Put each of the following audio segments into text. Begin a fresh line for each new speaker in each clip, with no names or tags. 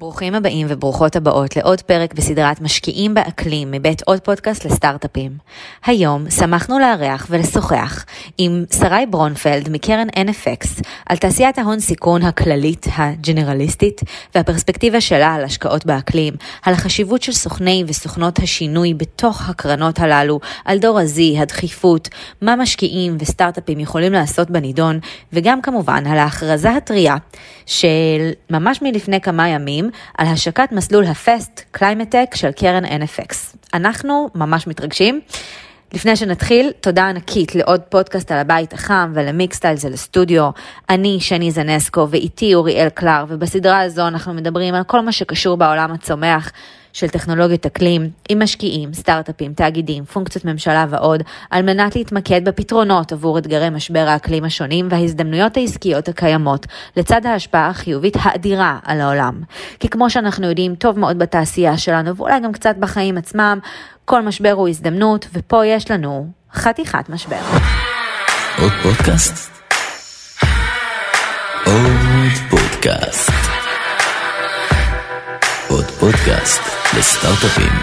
ברוכים הבאים וברוכות הבאות לעוד פרק בסדרת משקיעים באקלים מבית עוד פודקאסט לסטארט-אפים. היום שמחנו לארח ולשוחח עם שרי ברונפלד מקרן NFX על תעשיית ההון סיכון הכללית הג'נרליסטית והפרספקטיבה שלה על השקעות באקלים, על החשיבות של סוכני וסוכנות השינוי בתוך הקרנות הללו, על דור הזי, הדחיפות, מה משקיעים וסטארט-אפים יכולים לעשות בנידון, וגם כמובן על ההכרזה הטריה של ממש מלפני כמה ימים על השקת מסלול הפסט קליימטק של קרן NFX. אנחנו ממש מתרגשים. לפני שנתחיל, תודה ענקית לעוד פודקאסט על הבית החם ולמיקסטיילס ולסטודיו. אני שני זנסקו ואיתי אוריאל קלר, ובסדרה הזו אנחנו מדברים על כל מה שקשור בעולם הצומח של טכנולוגיות אקלים, עם משקיעים, סטארט-אפים, תאגידים, פונקציות ממשלה ועוד, על מנת להתמקד בפתרונות עבור אתגרי משבר האקלים השונים וההזדמנויות העסקיות הקיימות, לצד ההשפעה החיובית האדירה על העולם. כי כמו שאנחנו יודעים טוב מאוד בתעשייה שלנו, ואולי גם קצת בחיים עצמם, כל משבר הוא הזדמנות, ופה יש לנו חתיכת משבר.
עוד פודקאסט? עוד פודקאסט. עוד פודקאסט לסטארט-אפים.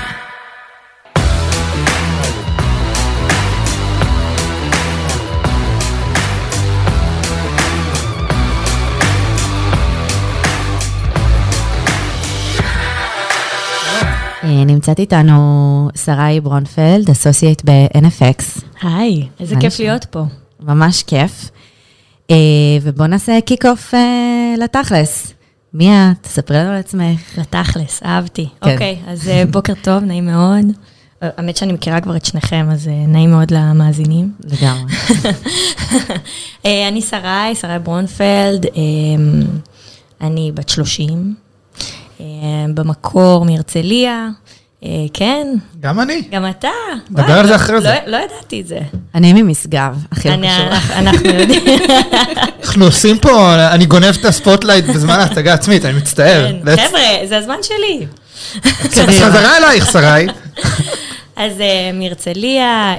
נמצאת איתנו שרי ברונפלד, אסוסייט ב-NFX.
היי, איזה כיף להיות פה.
ממש כיף. ובוא נעשה קיק-אוף לתכלס. מי את? תספרי לנו על עצמך.
לתכלס, אהבתי. אוקיי, אז בוקר טוב, נעים מאוד. האמת שאני מכירה כבר את שניכם, אז נעים מאוד למאזינים.
לגמרי.
אני שרי ברונפלד, אני בת 30, במקור מהרצליה, כן.
גם אני.
גם אתה.
דבר על זה אחרי זה.
לא ידעתי את זה.
אני ממשגב, הכי לא קשור.
אנחנו יודעים.
אנחנו עושים פה, אני גונב את הספוטלייט בזמן ההצגה עצמית, אני מצטער.
חבר'ה, זה הזמן שלי.
חזרה אלייך, שרי.
אז מהרצליה,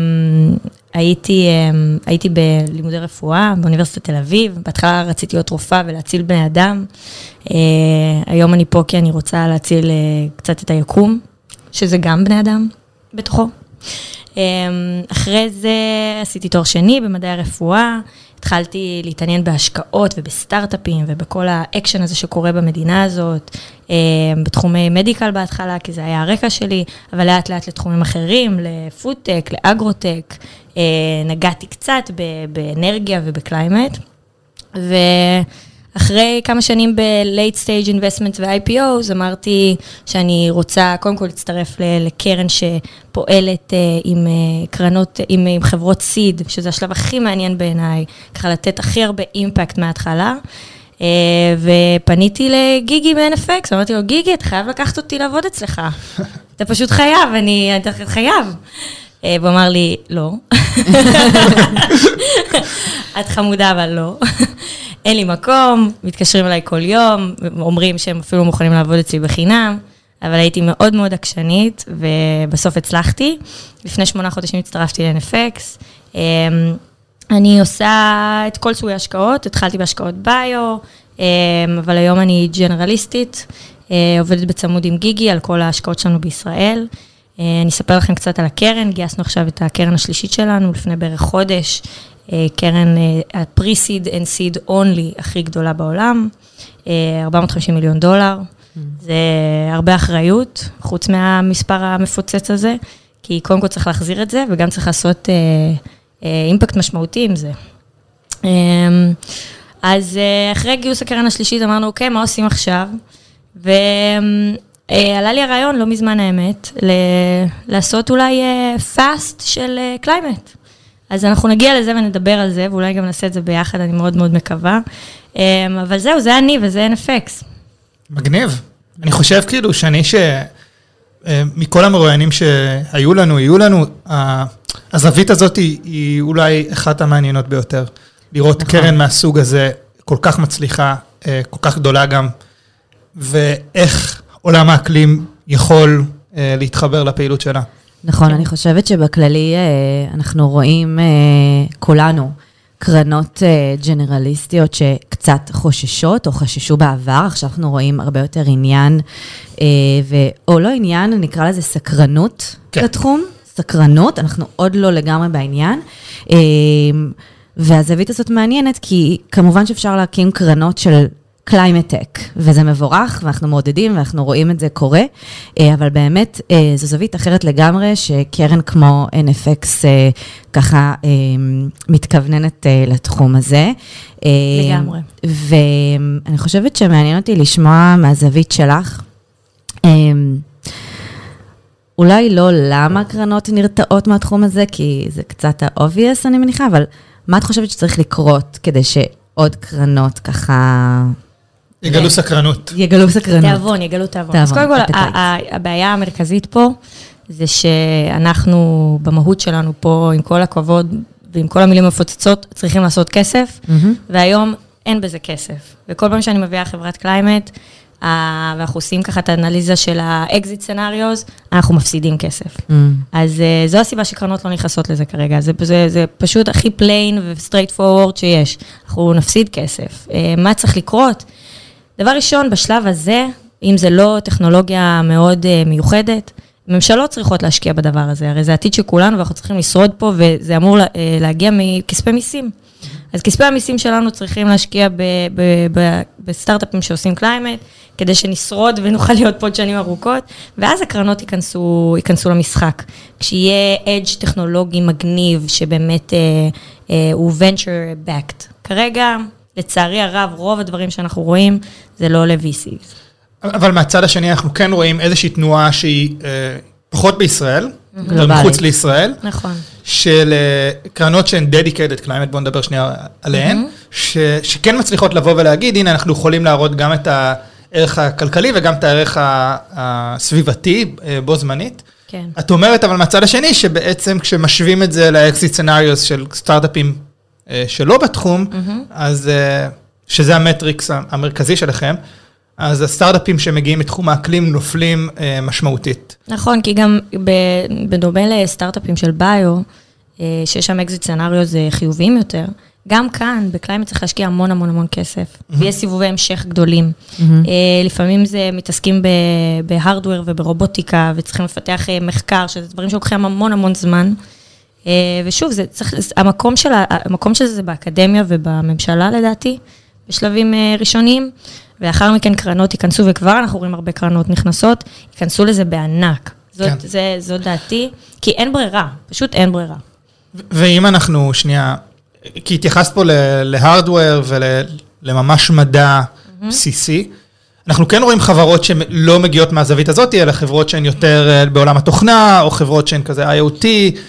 הייתי בלימודי רפואה באוניברסיטת תל אביב, בהתחלה רציתי להיות רופאה ולהציל בני אדם, היום אני פה כי אני רוצה להציל קצת את היקום, שזה גם בני אדם בתוכו. אחרי זה עשיתי תואר שני במדעי הרפואה, התחלתי להתעניין בהשקעות ובסטארט-אפים ובכל האקשן הזה שקורה במדינה הזאת, בתחומי מדיקל בהתחלה, כי זה היה הרקע שלי, אבל לאט לאט לתחומים אחרים, לפודטק, לאגרוטק, נגעתי קצת באנרגיה ובקליימט, ואחרי כמה שנים ב-late stage investment ו-IPOs, אמרתי שאני רוצה קודם כל להצטרף לקרן שפועלת עם קרנות, עם חברות סיד, שזה השלב הכי מעניין בעיניי, ככה לתת הכי הרבה אימפקט מההתחלה, ופניתי לגיגי ב-NFX, אמרתי לו, גיגי, אתה חייב לקחת אותי לעבוד אצלך. אתה פשוט חייב, אתה חייב. והוא אמר לי, לא. את חמודה, אבל לא. אין לי מקום, מתקשרים אליי כל יום, אומרים שהם אפילו מוכנים לעבוד אצלי בחינם, אבל הייתי מאוד מאוד עקשנית, ובסוף הצלחתי. לפני 8 חודשים הצטרפתי ל-NFX. אני עושה את כל סוגי השקעות, התחלתי בהשקעות ביו, אבל היום אני ג'נרליסטית, עובדת בצמוד עם גיגי על כל ההשקעות שלנו בישראל. אני אספר לכם קצת על הקרן, גייסנו עכשיו את הקרן השלישית שלנו, לפני בערך חודש, קרן ה-Pre-Seed and Seed Only הכי גדולה בעולם, $450 מיליון. זה הרבה אחריות, חוץ מהמספר המפוצץ הזה, כי קודם כל צריך להחזיר את זה, וגם צריך לעשות אימפקט משמעותי עם זה. אז אחרי גיוס הקרן השלישית אמרנו, אוקיי, מה עושים עכשיו? ועלה לי הרעיון, לא מזמן האמת, לעשות אולי פאסט של קליימט. אז אנחנו נגיע לזה ונדבר על זה, ואולי גם נעשה את זה ביחד, אני מאוד מאוד מקווה. אבל זהו, זה אני וזה NFX.
מגניב. אני חושב כאילו שאני מכל המרואיינים שהיו לנו, הזווית הזאת היא אולי אחת המעניינות ביותר. לראות קרן מהסוג הזה כל כך מצליחה, כל כך גדולה גם, ואיך עולם האקלים יכול להתחבר לפעילות שלה.
נכון, אני חושבת שבכללי אנחנו רואים כולנו קרנות ג'נרליסטיות שקצת חוששות או חששו בעבר, עכשיו אנחנו רואים הרבה יותר עניין, או לא עניין, נקרא לזה סקרנות לתחום, סקרנות, אנחנו עוד לא לגמרי בעניין, והזווית הזאת מעניינת, כי כמובן שאפשר להקים קרנות של climate tech, וזה מבורך, ואנחנו מעודדים, ואנחנו רואים את זה קורה, אבל באמת זו זווית אחרת לגמרי, שקרן כמו NFX ככה מתכווננת לתחום הזה.
לגמרי.
ואני חושבת שמעניין אותי לשמוע מהזווית שלך, אולי לא למה קרנות נרתעות מהתחום הזה, כי זה קצת ה-obvious אני מניחה, אבל מה את חושבת שצריך לקרות כדי שעוד קרנות ככה...
יגלו סקרנות.
יגלו סקרנות.
תיאבון, יגלו תיאבון. אז קודם כל, הבעיה המרכזית פה, זה שאנחנו במהות שלנו פה, עם כל הכבוד ועם כל המילים המפוצצות, צריכים לעשות כסף, והיום אין בזה כסף. וכל פעם שאני מביאה חברת קליימט, ואנחנו עושים ככה את האנליזה של האקזיט סנריוז, אנחנו מפסידים כסף. אז זו הסיבה שקרנות לא נכנסות לזה כרגע. זה פשוט הכי פליין וסטרייט פורוורד שיש. אנחנו נפסיד כסף. מה צריך לקרות? דבר ראשון, בשלב הזה, אם זה לא טכנולוגיה מאוד מיוחדת, ממשלות צריכות להשקיע בדבר הזה. הרי זה העתיד של כולנו, ואנחנו צריכים לשרוד פה, וזה אמור להגיע מכספי מיסים. אז כספי המיסים שלנו צריכים להשקיע בסטארט-אפים שעושים קליימט, כדי שנשרוד ונוכל להיות פה עוד שנים ארוכות, ואז הקרנות ייכנסו למשחק. כשיהיה אדג' טכנולוגי מגניב, שבאמת הוא venture backed. כרגע, לצערי הרב, רוב הדברים שאנחנו רואים, זה לא ל-VCs.
אבל מהצד השני, אנחנו כן רואים איזושהי תנועה שהיא פחות בישראל, מחוץ לישראל.
נכון.
של קרנות שהן dedicated climate, בואו נדבר שנייה עליהן, שכן מצליחות לבוא ולהגיד, הנה אנחנו יכולים להראות גם את הערך הכלכלי וגם את הערך הסביבתי בו זמנית.
כן.
את אומרת אבל מהצד השני, שבעצם כשמשווים את זה לאקזיט סנריוס של סטארט-אפים שלא בתחום, אז שזה המטריקס המרכזי שלכם, אז הסטארט-אפים שמגיעים מתחום האקלים נופלים משמעותית.
נכון, כי גם בדומה לסטארט-אפים של ביו, שיש שם אקזיט סנריוז חיוביים יותר, גם כאן, בקליימט צריך להשקיע המון המון המון כסף, ויש סיבובי המשך גדולים. לפעמים זה מתעסקים בהארדוור וברובוטיקה, וצריכים לפתח מחקר, שזה דברים שלוקחים המון המון זמן. ושוב, המקום של זה באקדמיה ובממשלה לדעתי, בשלבים ראשוניים, ואחר מכן קרנות ייכנסו, וכבר אנחנו רואים הרבה קרנות נכנסות, ייכנסו לזה בענק. זו דעתי, כי אין ברירה, פשוט אין ברירה.
ואם אנחנו שנייה, כי התייחסת פה להארדוור ולממש מדע בסיסי, אנחנו כן רואים חברות שלא מגיעות מהזווית הזאת, אלא חברות שהן יותר בעולם התוכנה, או חברות שהן כזה IoT.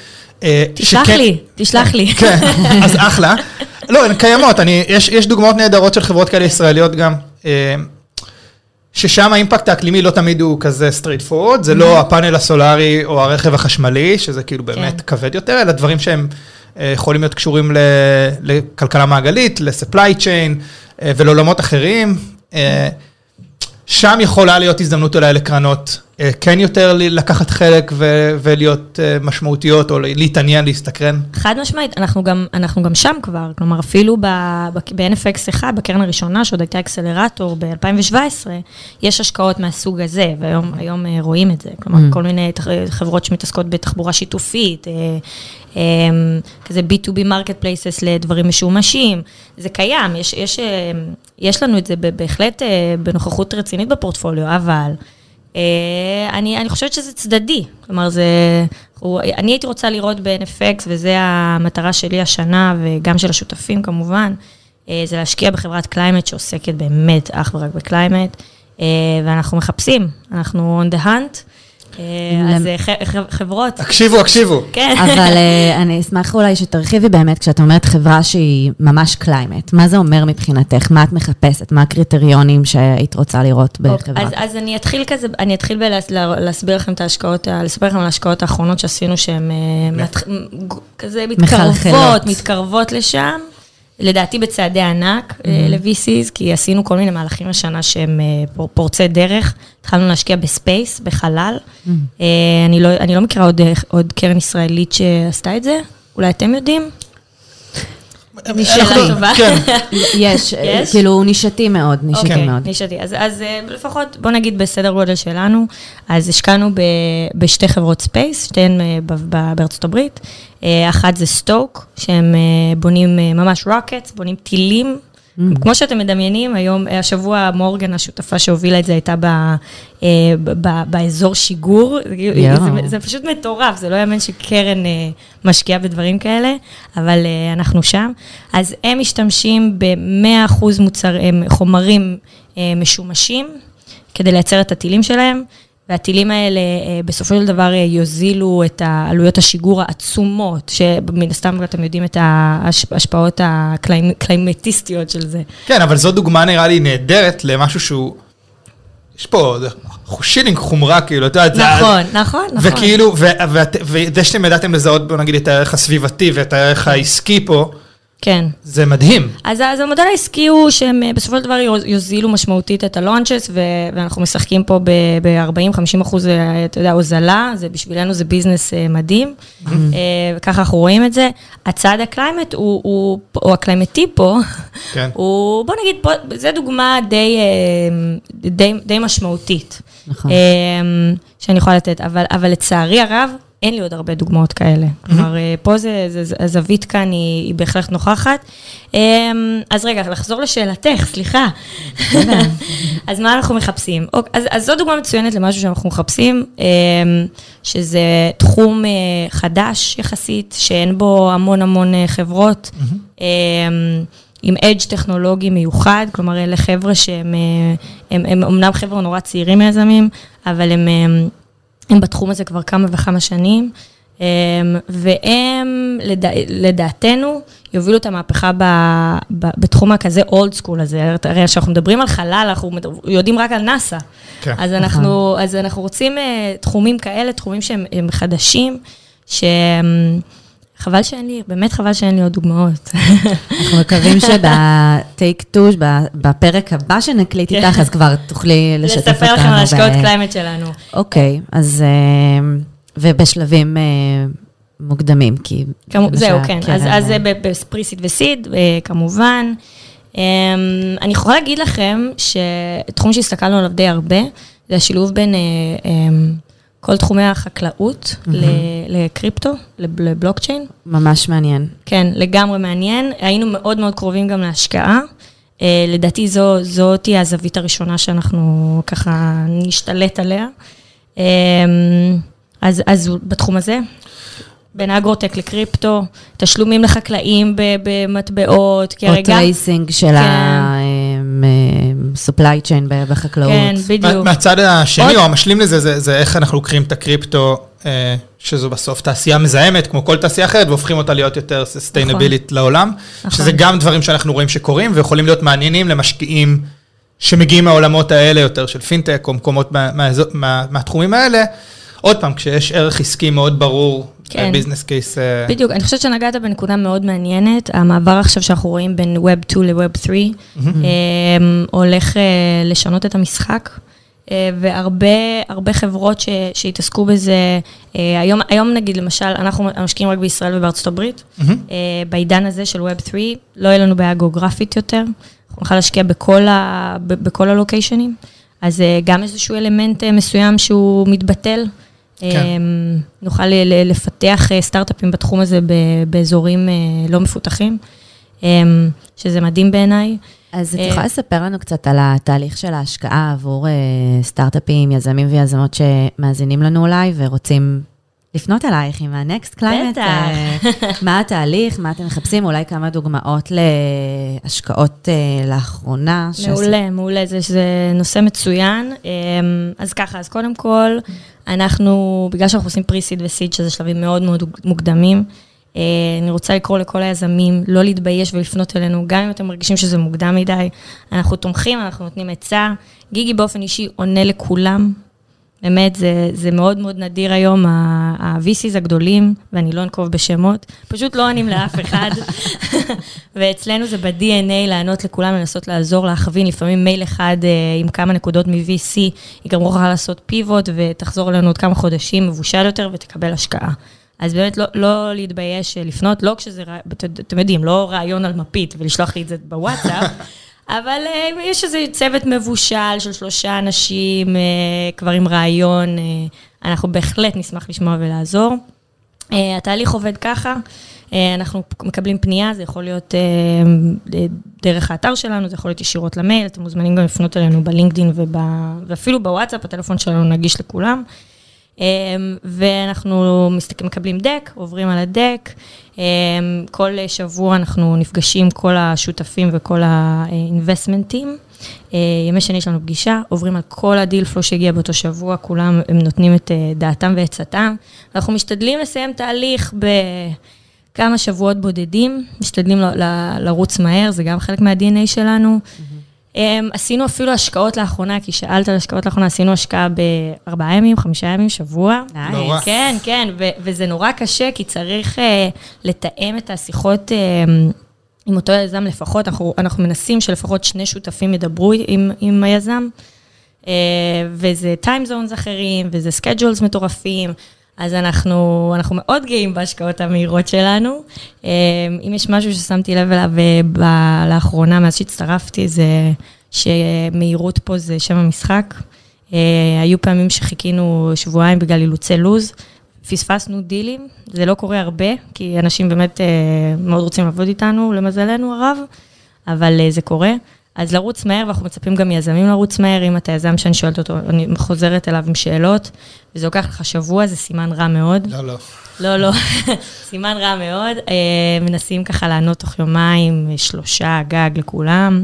תשלח לי.
כן, אז אחלה. לא, הן קיימות, יש דוגמאות נהדרות של חברות כאלה ישראליות גם, ששם האימפקט האקלימי לא תמיד הוא כזה סטרייט פורוורד, זה לא הפאנל הסולרי או הרכב החשמלי, שזה כאילו באמת כבד יותר, אלא דברים שהם יכולים להיות קשורים לכלכלה מעגלית, לספליי צ'יין ולעולמות אחרים. שם יכולה להיות הזדמנות אולי לקרנות, כן יותר לקחת חלק ולהיות משמעותיות, או להתעניין, להסתקרן.
חד משמעית, אנחנו גם שם כבר, כלומר אפילו ב-NFX 1, בקרן הראשונה, שעוד הייתה אקסלרטור ב-2017, יש השקעות מהסוג הזה, והיום רואים את זה, כלומר כל מיני חברות שמתעסקות בתחבורה שיתופית, כזה B2B marketplaces לדברים משומשים, זה קיים, יש לנו את זה בהחלט בנוכחות רצינית בפורטפוליו, אבל אני חושבת שזה צדדי, כלומר אני הייתי רוצה לראות ב-NFX, וזה המטרה שלי השנה, וגם של השותפים כמובן, זה להשקיע בחברת קליימט שעוסקת באמת אך ורק בקליימט, ואנחנו מחפשים, אנחנו on the hunt, אז חברות.
הקשיבו.
כן.
אבל אני אשמח אולי שתרחיבי באמת, כשאת אומרת חברה שהיא ממש קליימט, מה זה אומר מבחינתך? מה את מחפשת? מה הקריטריונים שהיית רוצה לראות בחברה?
אז אני אתחיל להסביר לכם את ההשקעות, לספר לכם על ההשקעות האחרונות שעשינו שהן כזה מתקרבות לשם. לדעתי בצעדי ענק ל-VCs, כי עשינו כל מיני מהלכים השנה שהם פורצי דרך, התחלנו להשקיע בספייס, בחלל. אני לא מכירה עוד קרן ישראלית שעשתה את זה, אולי אתם יודעים? שאלה טובה.
כן.
יש, כאילו נישתי מאוד, נישתי מאוד.
נישתי. אז לפחות, בוא נגיד בסדר גודל שלנו, אז השקענו בשתי חברות ספייס, שתיהן בארצות הברית. אחת זה סטוק, שהם בונים ממש רוקטס, בונים טילים, כמו שאתם מדמיינים, היום, השבוע מורגן, השותפה שהובילה את זה, הייתה באזור שיגור, זה פשוט מטורף, זה לא יאמן שקרן משקיעה בדברים כאלה, אבל אנחנו שם. אז הם משתמשים ב-100% חומרים משומשים, כדי לייצר את הטילים שלהם, והטילים האלה בסופו של דבר יוזילו את העלויות השיגור העצומות, שמן הסתם אתם יודעים את ההשפעות הקליימטיסטיות של זה. כן,
אבל זו דוגמה נראה לי נהדרת למשהו שהוא, יש פה שילינג חומרה, כאילו, אתה יודע.
נכון.
וכאילו, וזה שאתם ידעתם לזהות, בוא נגיד, את הערך הסביבתי ואת הערך העסקי פה,
כן.
זה מדהים.
אז המודל העסקי הוא שהם בסופו של דבר יוזילו משמעותית את הלונצ'ס, ואנחנו משחקים פה ב-40-50%, אתה יודע, הוזלה, זה בשבילנו זה ביזנס מדהים, וככה אנחנו רואים את זה. הצעד הקליימט, או הקליימטי פה, הוא, בוא נגיד, זה דוגמה די משמעותית, שאני יכולה לתת, אבל לצערי הרב, אין לי עוד הרבה דוגמאות כאלה. כלומר, פה הזווית כאן היא בהחלט נוכחת. אז רגע, לחזור לשאלתך, סליחה. אז מה אנחנו מחפשים? אז זו דוגמה מצוינת למשהו שאנחנו מחפשים, שזה תחום חדש יחסית, שאין בו המון חברות, עם אדג' טכנולוגי מיוחד, כלומר, אלה חבר'ה שהם אמנם חבר'ה נורא צעירים יזמים, אבל הם בתחום הזה כבר כמה וכמה שנים, והם לדעתנו יובילו את המהפכה בתחום הכזה אולד סקול הזה, הרי שאנחנו מדברים על חלל, אנחנו יודעים רק על נאסא, אז אנחנו רוצים תחומים כאלה, תחומים שהם חדשים, חבל שאין לי עוד דוגמאות.
אנחנו מקווים שבטייק 2, בפרק הבא שנקליט איתך, אז כבר תוכלי לשתף אותנו.
לספר לכם על השקעות קליימט שלנו.
אוקיי, אז, ובשלבים מוקדמים, כי...
זהו, כן, אז זה בפריסיד וסיד, כמובן. אני יכולה להגיד לכם שתחום שהסתכלנו עליו די הרבה, זה השילוב בין... כל תחומי החקלאות לקריפטו, לבלוקצ'יין.
ממש מעניין.
כן, לגמרי מעניין. היינו מאוד מאוד קרובים גם להשקעה. לדעתי זו תהיה הזווית הראשונה שאנחנו ככה נשתלט עליה. אז בתחום הזה, בין אגרוטק לקריפטו, תשלומים לחקלאים במטבעות,
או טרייסינג של supply chain בחקלאות.
כן, בדיוק.
מהצד השני, או המשלים לזה, זה איך אנחנו לוקחים את הקריפטו, שזו בסוף תעשייה מזהמת, כמו כל תעשייה אחרת, והופכים אותה להיות יותר sustainability לעולם, שזה גם דברים שאנחנו רואים שקורים, ויכולים להיות מעניינים למשקיעים שמגיעים מהעולמות האלה, יותר של פינטק, או מקומות מהתחומים האלה. עוד פעם, כשיש ערך עסקי מאוד ברור, ביזנס קייס...
בדיוק, אני חושבת שנגעת בנקודה מאוד מעניינת, המעבר עכשיו שאנחנו רואים בין Web 2 ל-Web 3, הולך לשנות את המשחק, והרבה חברות שהתעסקו בזה, היום נגיד למשל, אנחנו משקיעים רק בישראל ובארצות הברית, בעידן הזה של Web 3, לא יהיה לנו בעיה גיאוגרפית יותר, אנחנו נוכל להשקיע בכל הלוקיישנים, אז גם איזשהו אלמנט מסוים שהוא מתבטל, נוכל לפתח סטארט-אפים בתחום הזה באזורים לא מפותחים, שזה מדהים בעיניי.
אז את יכולה לספר לנו קצת על התהליך של ההשקעה עבור סטארט-אפים, יזמים ויזמות שמאזינים לנו אולי ורוצים לפנות אלייך עם ה-Next Climate. מה התהליך, מה אתם מחפשים, אולי כמה דוגמאות להשקעות לאחרונה.
מעולה, זה נושא מצוין. אז ככה, אז קודם כל, בגלל שאנחנו עושים פרי-סיד וסיד, שזה שלבים מאוד מאוד מוקדמים, אני רוצה לקרוא לכל היזמים, לא להתבייש ולפנות אלינו, גם אם אתם מרגישים שזה מוקדם מדי, אנחנו תומכים, אנחנו נותנים עצה, גיגי באופן אישי עונה לכולם, באמת, זה מאוד מאוד נדיר היום, ה-VCs הגדולים, ואני לא אנקוב בשמות, פשוט לא עונים לאף אחד, ואצלנו זה ב-DNA לענות לכולם, לנסות לעזור, להכווין, לפעמים מייל אחד עם כמה נקודות מ-VC, היא גם רוצה לעשות פיבוט, ותחזור אלינו עוד כמה חודשים, מבושל יותר, ותקבל השקעה. אז באמת לא להתבייש לפנות, לא כשזה, אתם יודעים, לא רעיון על מפית ולשלוח לי את זה בוואטסאפ, אבל יש איזה צוות מבושל של 3 אנשים, כבר עם רעיון, אנחנו בהחלט נשמח לשמוע ולעזור. התהליך עובד ככה, אנחנו מקבלים פנייה, זה יכול להיות דרך האתר שלנו, זה יכול להיות ישירות למייל, אתם מוזמנים גם לפנות אלינו בלינקדין ואפילו בוואטסאפ, הטלפון שלנו נגיש לכולם. ואנחנו מקבלים דק, עוברים על הדק, כל שבוע אנחנו נפגשים כל השותפים וכל האינבסטמנטים, ימי שני יש לנו פגישה, עוברים על כל הדיל פלו שהגיע באותו שבוע, כולם הם נותנים את דעתם ועצתם, ואנחנו משתדלים לסיים תהליך בכמה שבועות בודדים, משתדלים לרוץ מהר, זה גם חלק מה-DNA שלנו, עשינו אפילו השקעות לאחרונה, כי שאלת על השקעות לאחרונה, עשינו השקעה ב4 ימים, 5 ימים, שבוע.
נורא.
כן, כן, וזה נורא קשה, כי צריך לתאם את השיחות עם אותו יזם לפחות, אנחנו מנסים שלפחות 2 שותפים ידברו עם היזם, וזה time zones אחרים, וזה schedules מטורפים, אז אנחנו מאוד גאים בהשקעות המהירות שלנו. אם יש משהו ששמתי לב אליו לאחרונה, מאז שהצטרפתי, זה שמהירות פה זה שם המשחק. היו פעמים שחיכינו שבועיים בגלל אילוצי לוז, פספסנו דילים, זה לא קורה הרבה, כי אנשים באמת מאוד רוצים לעבוד איתנו, למזלנו הרב, אבל זה קורה. אז לרוץ מהר, ואנחנו מצפים גם יזמים לרוץ מהר, אם אתה יזם שאני שואלת אותו, אני חוזרת אליו עם שאלות, וזה לוקח לך שבוע, זה סימן רע מאוד. לא, סימן רע מאוד. מנסים ככה לענות תוך יומיים, 3 גג לכולם.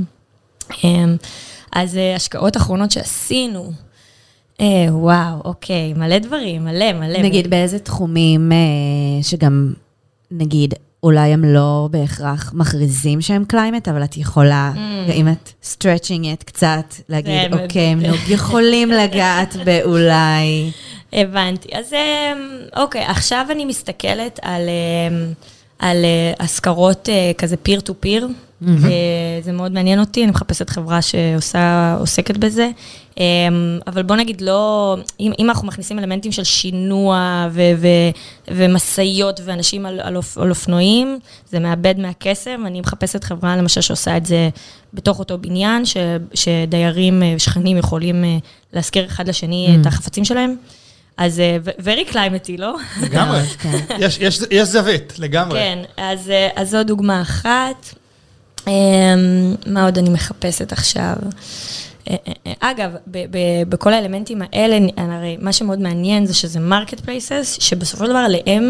אז השקעות אחרונות שעשינו, וואו, אוקיי, מלא דברים, מלא.
נגיד באיזה תחומים שגם, נגיד, אולי הם לא בהכרח מכריזים שהם קליימט, אבל את יכולה, אם את stretching it קצת, להגיד, אוקיי, הם יכולים לגעת באולי.
הבנתי. אז אוקיי, עכשיו אני מסתכלת על השכרות כזה peer to peer, זה מאוד מעניין אותי, אני מחפשת חברה שעוסקת בזה, אבל בוא נגיד לא, אם אנחנו מכניסים אלמנטים של שינוע ומסעיות ואנשים על אופנועים, זה מאבד מהקסם, אני מחפשת חברה למשל שעושה את זה בתוך אותו בניין, שדיירים ושכנים יכולים להזכיר אחד לשני את החפצים שלהם, אז very climate, לא?
לגמרי, יש זווית, לגמרי.
כן, אז זו דוגמה אחת. מה עוד אני מחפשת עכשיו? אגב, בכל האלמנטים האלה, הרי מה שמאוד מעניין זה שזה מרקט פלייסס, שבסופו של דבר עליהם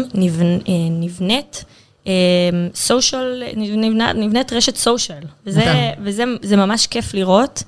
נבנית רשת סושיאל, וזה ממש כיף לראות.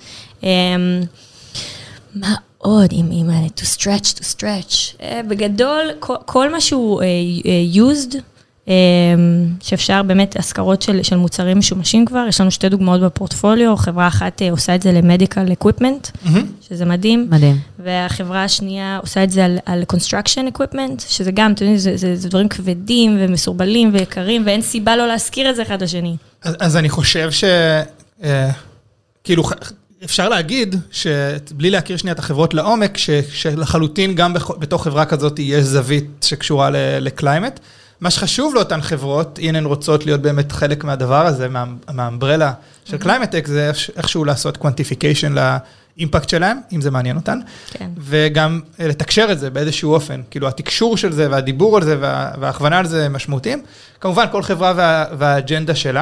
מה עוד, אם to stretch. בגדול, כל מה שהוא used, שאפשר באמת השכרות של מוצרים משומשים כבר, יש לנו 2 דוגמאות בפורטפוליו, חברה אחת עושה את זה למדיקל אקוויפמנט, שזה מדהים. מדהים. והחברה השנייה עושה את זה על construction equipment, שזה גם, אתם יודעים, זה דברים כבדים ומסורבלים ויקרים, ואין סיבה לא להזכיר את זה אחד לשני.
אז אני חושב כאילו, אפשר להגיד שבלי להכיר שנייה את החברות לעומק, שלחלוטין גם בתוך חברה כזאת יש זווית שקשורה לקליימט. מה שחשוב לאותן חברות, אם הן רוצות להיות באמת חלק מהדבר הזה, מהאמברלה של קליימט-טק, זה איכשהו לעשות quantification לאימפקט שלהם, אם זה מעניין אותן, וגם לתקשר את זה באיזשהו אופן, כאילו התקשור של זה והדיבור על זה וההכוונה על זה משמעותיים. כמובן, כל חברה והאג'נדה שלה.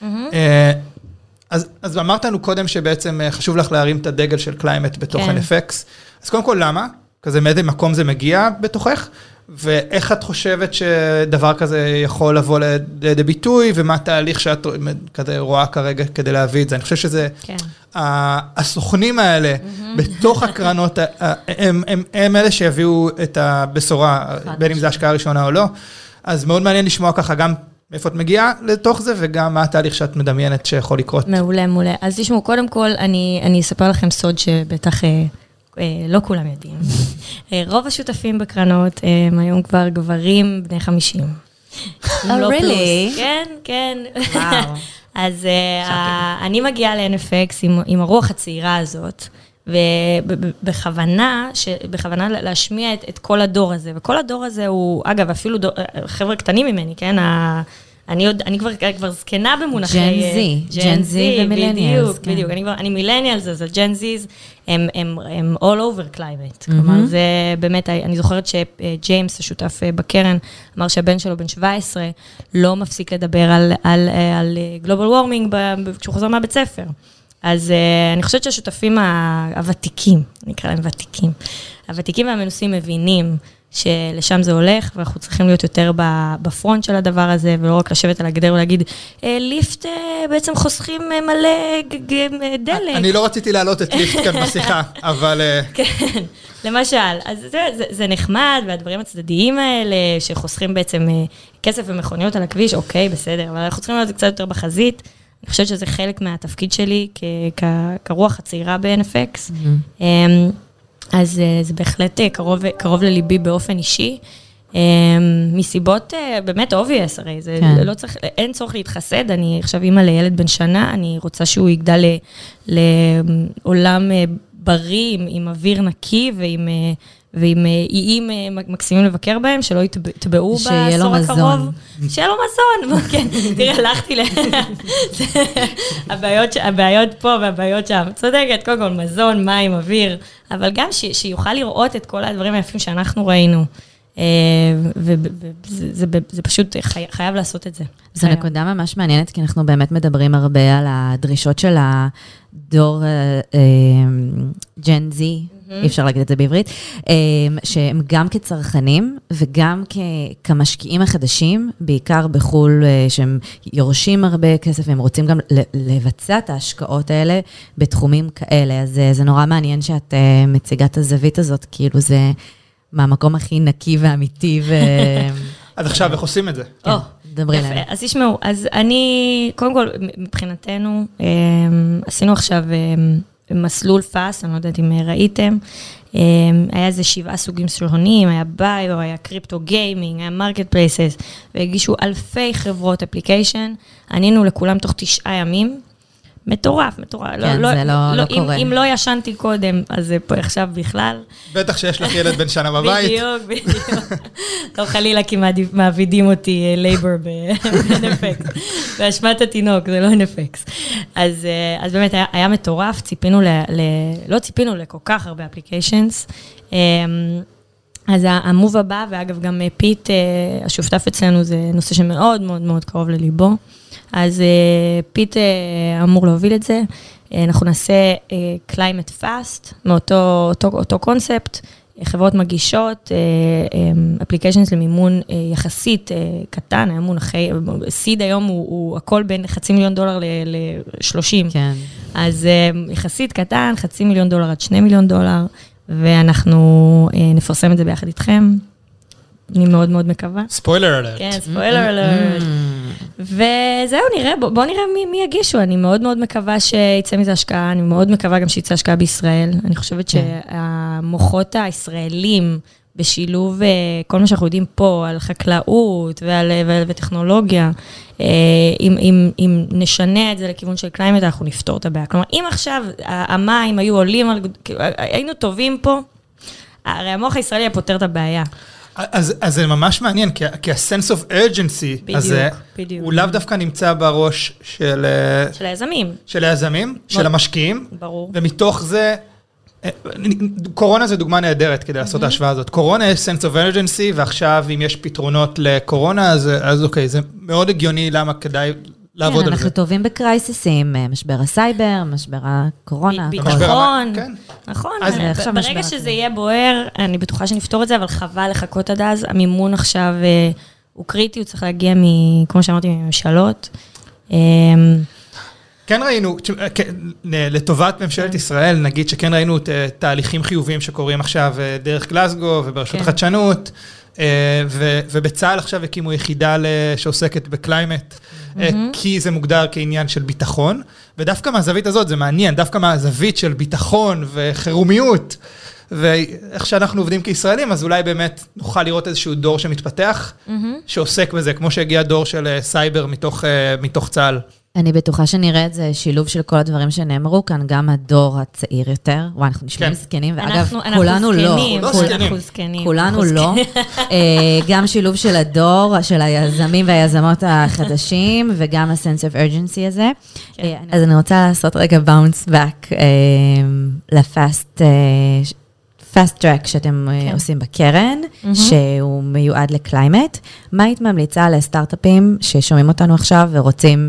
אז אמרת לנו קודם שבעצם חשוב לך להרים את הדגל של קליימט בתוך NFX. אז קודם כל, למה? כזה מאיזה מקום זה מגיע בתוכך? ואיך את חושבת שדבר כזה יכול לבוא לידי ביטוי, ומה התהליך שאת כזה רואה כרגע כדי להביא את זה? אני חושב שזה, הסוכנים האלה, בתוך הקרנות, הם אלה שיביאו את הבשורה, בין אם זה השקעה ראשונה או לא. אז מאוד מעניין לשמוע ככה גם מאיפה את מגיעה לתוך זה, וגם מה התהליך שאת מדמיינת שיכול לקרות.
מעולה, מעולה. אז תשמעו, קודם כל, אני אספר לכם סוד שבטח לא כולם יודעים. רוב השותפים בקרנות הם היום כבר גברים בני 50.
really?
כן, כן. אז אני מגיעה ל-NFX עם הרוח הצעירה הזאת, ובכוונה להשמיע את כל הדור הזה, וכל הדור הזה הוא, אגב, אפילו חבר'ה קטנים ממני, כן? אני כבר זקנה במונחי...
ג'ן זי ומילניאלס.
בדיוק, אני מילניאלס, אז הג'ן זיז הם all over climate. כלומר, זה באמת, אני זוכרת שג'יימס, השותף בקרן, אמר שהבן שלו בן 17, לא מפסיק לדבר על global warming כשהוא חוזר מהבית ספר. אז אני חושבת שהשותפים הוותיקים, נקרא להם ותיקים, הוותיקים והמנוסים מבינים שלשם זה הולך, ואנחנו צריכים להיות יותר בפרונט של הדבר הזה, ולא רק לשבת על הגדר ולהגיד, ליפט בעצם חוסכים מלא דלק.
אני לא רציתי להעלות את ליפט כאן בשיחה, אבל...
כן, למשל, אז זה נחמד, והדברים הצדדיים האלה, שחוסכים בעצם כסף ומכוניות על הכביש, אוקיי, בסדר, אבל אנחנו צריכים להיות קצת יותר בחזית. אני חושבת שזה חלק מהתפקיד שלי, כרוח הצעירה ב-NFX. אז זה בהחלט קרוב לליבי באופן אישי, מסיבות באמת obvious, הרי זה לא צריך, אין צורך להתחסד, אני עכשיו אימא לילד בן שנה, אני רוצה שהוא יגדל לעולם בריא, עם אוויר נקי ועם איים מקסימים לבקר בהם, שלא יטבעו בעשור הקרוב. שיהיה לו מזון. כן, תראה, הלכתי הבעיות פה והבעיות שם. צודקת, קודם כל, מזון, מים, אוויר, אבל גם שיוכל לראות את כל הדברים היפים שאנחנו ראינו. וזה פשוט חייב לעשות את זה.
זו נקודה ממש מעניינת, כי אנחנו באמת מדברים הרבה על הדרישות של הדור ג'ן זי, אי אפשר להגיד את זה בעברית, שהם גם כצרכנים וגם כמשקיעים החדשים, בעיקר בחול, שהם יורשים הרבה כסף, והם רוצים גם לבצע את ההשקעות האלה בתחומים כאלה. אז זה נורא מעניין שאת מציגה את הזווית הזאת, כאילו זה מהמקום הכי נקי ואמיתי.
עד עכשיו, איך עושים את זה?
דברי להם.
אז תשמעו, אז אני, קודם כל, מבחינתנו, עשינו עכשיו מסלול פאס, אני לא יודעת אם ראיתם, היה איזה 7 סוגים שונים, היה ביו, היה קריפטו גיימינג, היה מרקט פלייסס, והגישו אלפי חברות אפליקיישן, ענינו לכולם תוך 9 ימים, מטורף.
כן, זה לא קורה.
אם לא ישנתי קודם, אז זה פה עכשיו בכלל.
בטח שיש לך ילד בן שנה בבית.
בדיוק. לא חלילה, כי מעבידים אותי לייבר ב-NFX. באשמת התינוק, זה לא NFX. אז באמת היה מטורף, לא ציפינו לכל כך הרבה אפליקיישנס. אז המוב הבא, ואגב גם פיט, השותף אצלנו, זה נושא שמאוד מאוד מאוד קרוב לליבו. אז פיט אמור להוביל את זה. אנחנו נעשה climate fast, מאותו קונספט, חברות מגישות, אפליקיישנס למימון יחסית קטן, המימון אחרי, סיד היום הוא הכל בין $500,000 ל-30.
כן.
אז יחסית קטן, $500,000 עד $2,000,000, ואנחנו נפרסם את זה ביחד איתכם. אני מאוד מאוד מקווה.
ספוילר אלרט.
כן, ספוילר אלרט. וזהו, בואו נראה מי יגישו. אני מאוד מאוד מקווה שיצא מזה השקעה, אני מאוד מקווה גם שיצא השקעה בישראל. אני חושבת שהמוחות הישראלים בשילוב כל מה שאנחנו יודעים פה, על חקלאות וטכנולוגיה, אם נשנה את זה לכיוון של קליימט, אנחנו נפתור את הבעיה. כלומר, אם עכשיו המים היו עולים, היינו טובים פה, הרי המוח הישראלי היה פותר את הבעיה.
אז זה ממש מעניין, כי ה-sense of urgency הזה, הוא לאו דווקא נמצא בראש של
היזמים.
של היזמים, של המשקיעים.
ברור.
ומתוך זה, קורונה זה דוגמה נהדרת כדי לעשות את ההשוואה הזאת. קורונה יש sense of urgency, ועכשיו אם יש פתרונות לקורונה, אז אוקיי, זה מאוד הגיוני למה כדאי לעבוד על זה.
אנחנו טובים בקרייסיסים, משבר הסייבר, משבר הקורונה.
נכון, ברגע שזה יהיה בוער, אני בטוחה שנפתור את זה, אבל חבל לחכות עד אז, המימון עכשיו הוא קריטי, הוא צריך להגיע, כמו שאמרתי, מממשלות.
כן ראינו, לטובת ממשלת ישראל, נגיד שכן ראינו תהליכים חיוביים שקורים עכשיו דרך גלסגו וברשות חדשנות, ובצה"ל עכשיו הקימו יחידה שעוסקת בקליימט, כי זה מוגדר כעניין של ביטחון, ודווקא מהזווית הזאת זה מעניין, דווקא מהזווית של ביטחון וחירומיות, ואיך שאנחנו עובדים כישראלים, אז אולי באמת נוכל לראות איזשהו דור שמתפתח, שעוסק בזה, כמו שהגיע דור של סייבר מתוך צה"ל.
אני בטוחה שנראה את זה שילוב של כל הדברים שנאמרו כאן, גם הדור הצעיר יותר. וואי, אנחנו נשמעים זקנים, ואגב, כולנו לא.
אנחנו זקנים.
כולנו לא. גם שילוב של הדור, של היזמים והיזמות החדשים, וגם ה-sense of urgency הזה. אז אני רוצה לעשות רגע bounce back fast track שאתם עושים בקרן, שהוא מיועד לקליימט. מה היית ממליצה לסטארט-אפים ששומעים אותנו עכשיו ורוצים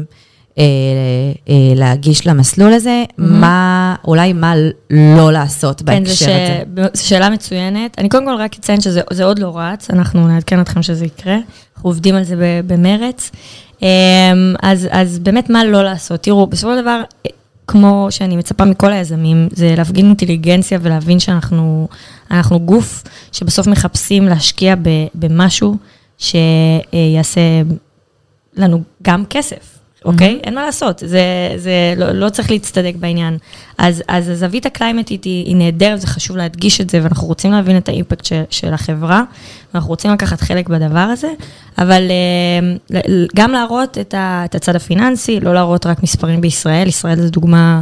להגיש למסלול הזה? אולי מה לא לעשות בהקשר הזה?
זו שאלה מצוינת. אני קודם כל רק אציין שזה עוד לא רץ, אנחנו נעדכן אתכם שזה יקרה. אנחנו עובדים על זה במרץ. אז באמת מה לא לעשות? תראו, בסופו של דבר, כמו שאני מצפה מכל היזמים, זה להפגין אינטליגנציה ולהבין שאנחנו גוף שבסוף מחפשים להשקיע במשהו שיעשה לנו גם כסף, אוקיי? אין מה לעשות, זה לא צריך להצטדק בעניין. אז הזווית הקליימטית היא נהדרת, זה חשוב להדגיש את זה, ואנחנו רוצים להבין את האימפקט של החברה, ואנחנו רוצים לקחת חלק בדבר הזה, אבל גם להראות את הצד הפיננסי, לא להראות רק מספרים בישראל, ישראל זו דוגמה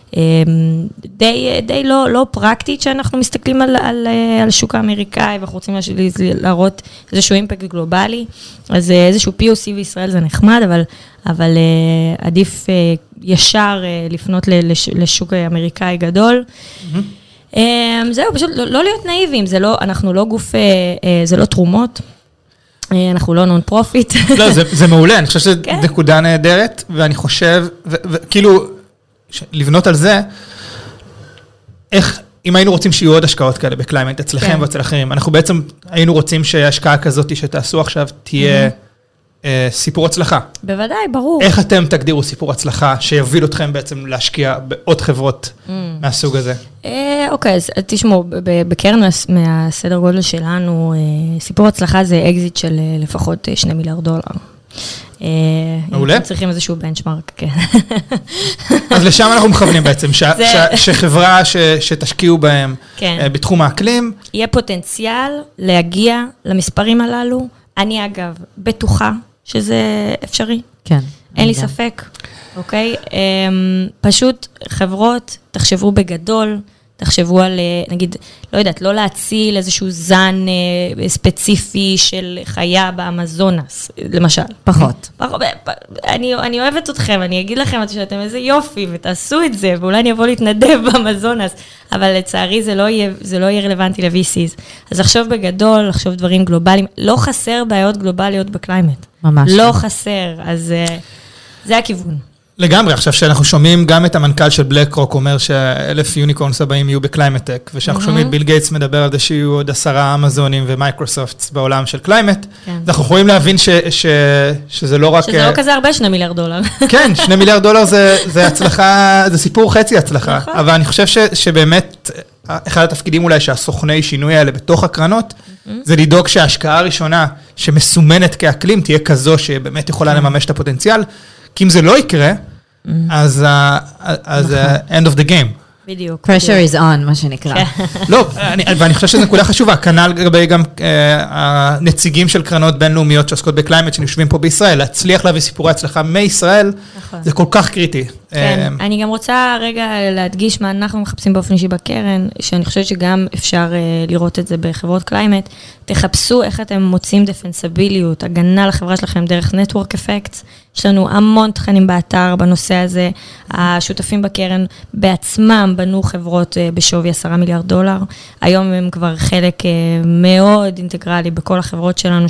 די לא פרקטית, שאנחנו מסתכלים על שוק האמריקאי, ואנחנו רוצים להראות איזשהו אימפקט גלובלי, אז איזשהו POC בישראל זה נחמד, אבל עדיף ישר לפנות לשוק האמריקאי גדול. זהו, פשוט לא להיות נאיבים, אנחנו לא גוף, זה לא תרומות, אנחנו לא נון פרופיט.
לא, זה מעולה, אני חושב שזו נקודה נהדרת, ואני חושב, וכאילו, לבנות על זה, איך, אם היינו רוצים שיהיו עוד השקעות כאלה בקליימט אצלכם ואצל אחרים, אנחנו בעצם היינו רוצים שההשקעה כזאת שתעשו עכשיו תהיה סיפור הצלחה.
בוודאי, ברור.
איך אתם תגדירו סיפור הצלחה שיוביל אתכם בעצם להשקיע בעוד חברות מהסוג הזה?
אוקיי, אז תשמעו, בקרן מהסדר גודל שלנו, סיפור הצלחה זה אקזיט של לפחות $2 מיליארד.
מעולה.
צריכים איזשהו בנצ'מרק, כן.
אז לשם אנחנו מכוונים בעצם, שחברה שתשקיעו בהם בתחום האקלים.
יהיה פוטנציאל להגיע למספרים הללו. אני אגב בטוחה שזה אפשרי.
כן.
אין לי ספק, אוקיי? פשוט חברות, תחשבו בגדול, תחשבו על, נגיד, לא יודעת, לא להציל איזשהו זן ספציפי של חיה באמזונס, למשל.
פחות.
אני אוהבת אתכם, אני אגיד לכם שאתם איזה יופי, ותעשו את זה, ואולי אני אבוא להתנדב באמזונס, אבל לצערי זה לא יהיה רלוונטי ל-VCs. אז לחשוב בגדול, לחשוב דברים גלובליים, לא חסר בעיות גלובליות בקליימט.
ממש.
לא חסר, אז זה הכיוון.
לגמרי, עכשיו שאנחנו שומעים גם את המנכ"ל של בלק רוק אומר ש1,000 יוניקורנס הבאים יהיו בקליימט-טק, ושאנחנו שומעים את ביל גייטס מדבר על זה שיהיו עוד 10 אמזונים ומייקרוסופטס בעולם של קליימט, אנחנו יכולים להבין שזה לא רק...
שזה לא כזה הרבה $2 מיליארד.
כן, $2 מיליארד זה הצלחה, זה סיפור חצי הצלחה, אבל אני חושב שבאמת אחד התפקידים אולי שהסוכני שינוי האלה בתוך הקרנות, זה לדאוג שההשקעה הראשונה שמסומנת כאקלים תהיה כזו שבאמת יכולה לממש את הפוטנציאל, כי אם זה לא יקרה, אז end of the game.
בדיוק.
pressure is on, מה שנקרא.
לא, ואני חושב שזו נקודה חשובה, כנ"ל לגבי גם הנציגים של קרנות בינלאומיות שעוסקות בקליימט, שנשבים פה בישראל, להצליח להביא סיפורי הצלחה מישראל, זה כל כך קריטי.
כן, אני גם רוצה רגע להדגיש מה אנחנו מחפשים באופן אישי בקרן, שאני חושבת שגם אפשר לראות את זה בחברות קליימט, תחפשו איך אתם מוצאים דפנסביליות, הגנה לחברה שלכם דרך נטוורק אפקטס, יש לנו המון תכנים באתר בנושא הזה, השותפים בקרן בעצמם בנו חברות בשווי $10 מיליארד, היום הם כבר חלק מאוד אינטגרלי בכל החברות שלנו,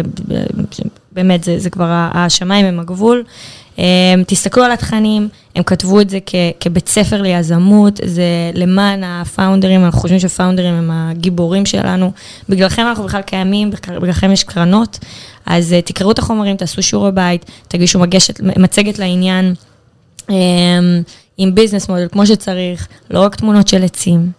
שבאמת זה כבר השמיים הם הגבול, תסתכלו על התכנים, הם כתבו את זה כבית ספר ליזמות, זה למען הפאונדרים, אנחנו חושבים שפאונדרים הם הגיבורים שלנו, בגללכם אנחנו בכלל קיימים, בגללכם יש קרנות, אז תקראו את החומרים, תעשו שיעורי בית, תגישו מצגת לעניין, עם ביזנס מודל כמו שצריך, לא רק תמונות של עצים.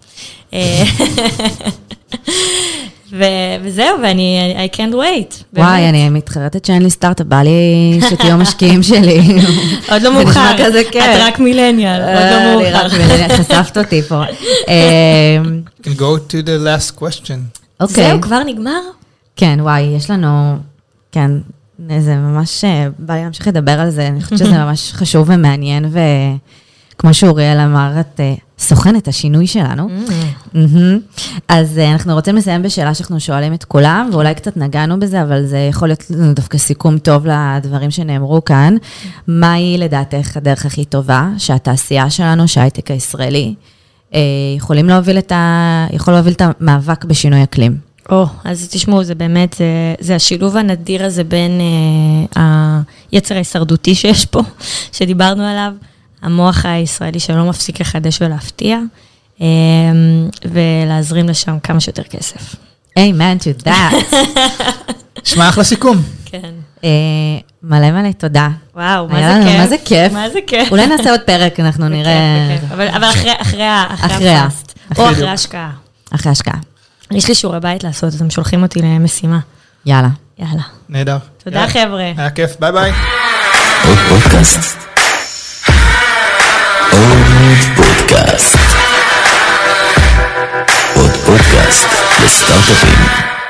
וזהו, ואני, I can't wait.
וואי, אני מתחרטת שאין לי סטארט-אפ, בא לי שתהיו משקיעים שלי.
עוד לא מאוחר, את רק מילניאל, עוד לא מאוחר.
רק מילניאל, חשפת אותי פה.
You can go to the last question.
זהו, כבר נגמר?
כן, וואי, יש לנו, כן, זה ממש, בא לי להמשיך לדבר על זה, אני חושבת שזה ממש חשוב ומעניין, וכמו שאוריאל אמר, את סוכנת השינוי שלנו. אז אנחנו רוצים לסיים בשאלה שאנחנו שואלים את כולם, ואולי קצת נגענו בזה, אבל זה יכול להיות דווקא סיכום טוב לדברים שנאמרו כאן. מהי לדעתך הדרך הכי טובה, שהתעשייה שלנו, שההייטק הישראלי, יכול להוביל את המאבק בשינוי אקלים?
אז תשמעו, זה באמת, זה השילוב הנדיר הזה בין היצר ההישרדותי שיש פה, שדיברנו עליו, המוח הישראלי שלא מפסיק לחדש ולהפתיע, ולהזרים לשם כמה שיותר כסף.
Amen to that.
שמע אחלה סיכום.
כן.
מלא תודה.
וואו, מה זה כיף.
מה זה כיף.
מה זה כיף.
אולי נעשה עוד פרק, אנחנו נראה.
אבל אחרי הפאסט. או אחרי ההשקעה.
אחרי ההשקעה.
יש לי שיעורי בית לעשות, אז הם שולחים אותי למשימה.
יאללה.
נהדר. תודה חבר'ה.
היה כיף, ביי ביי.
עוד פודקאסט. עוד פודקאסט לסטארט-אפים.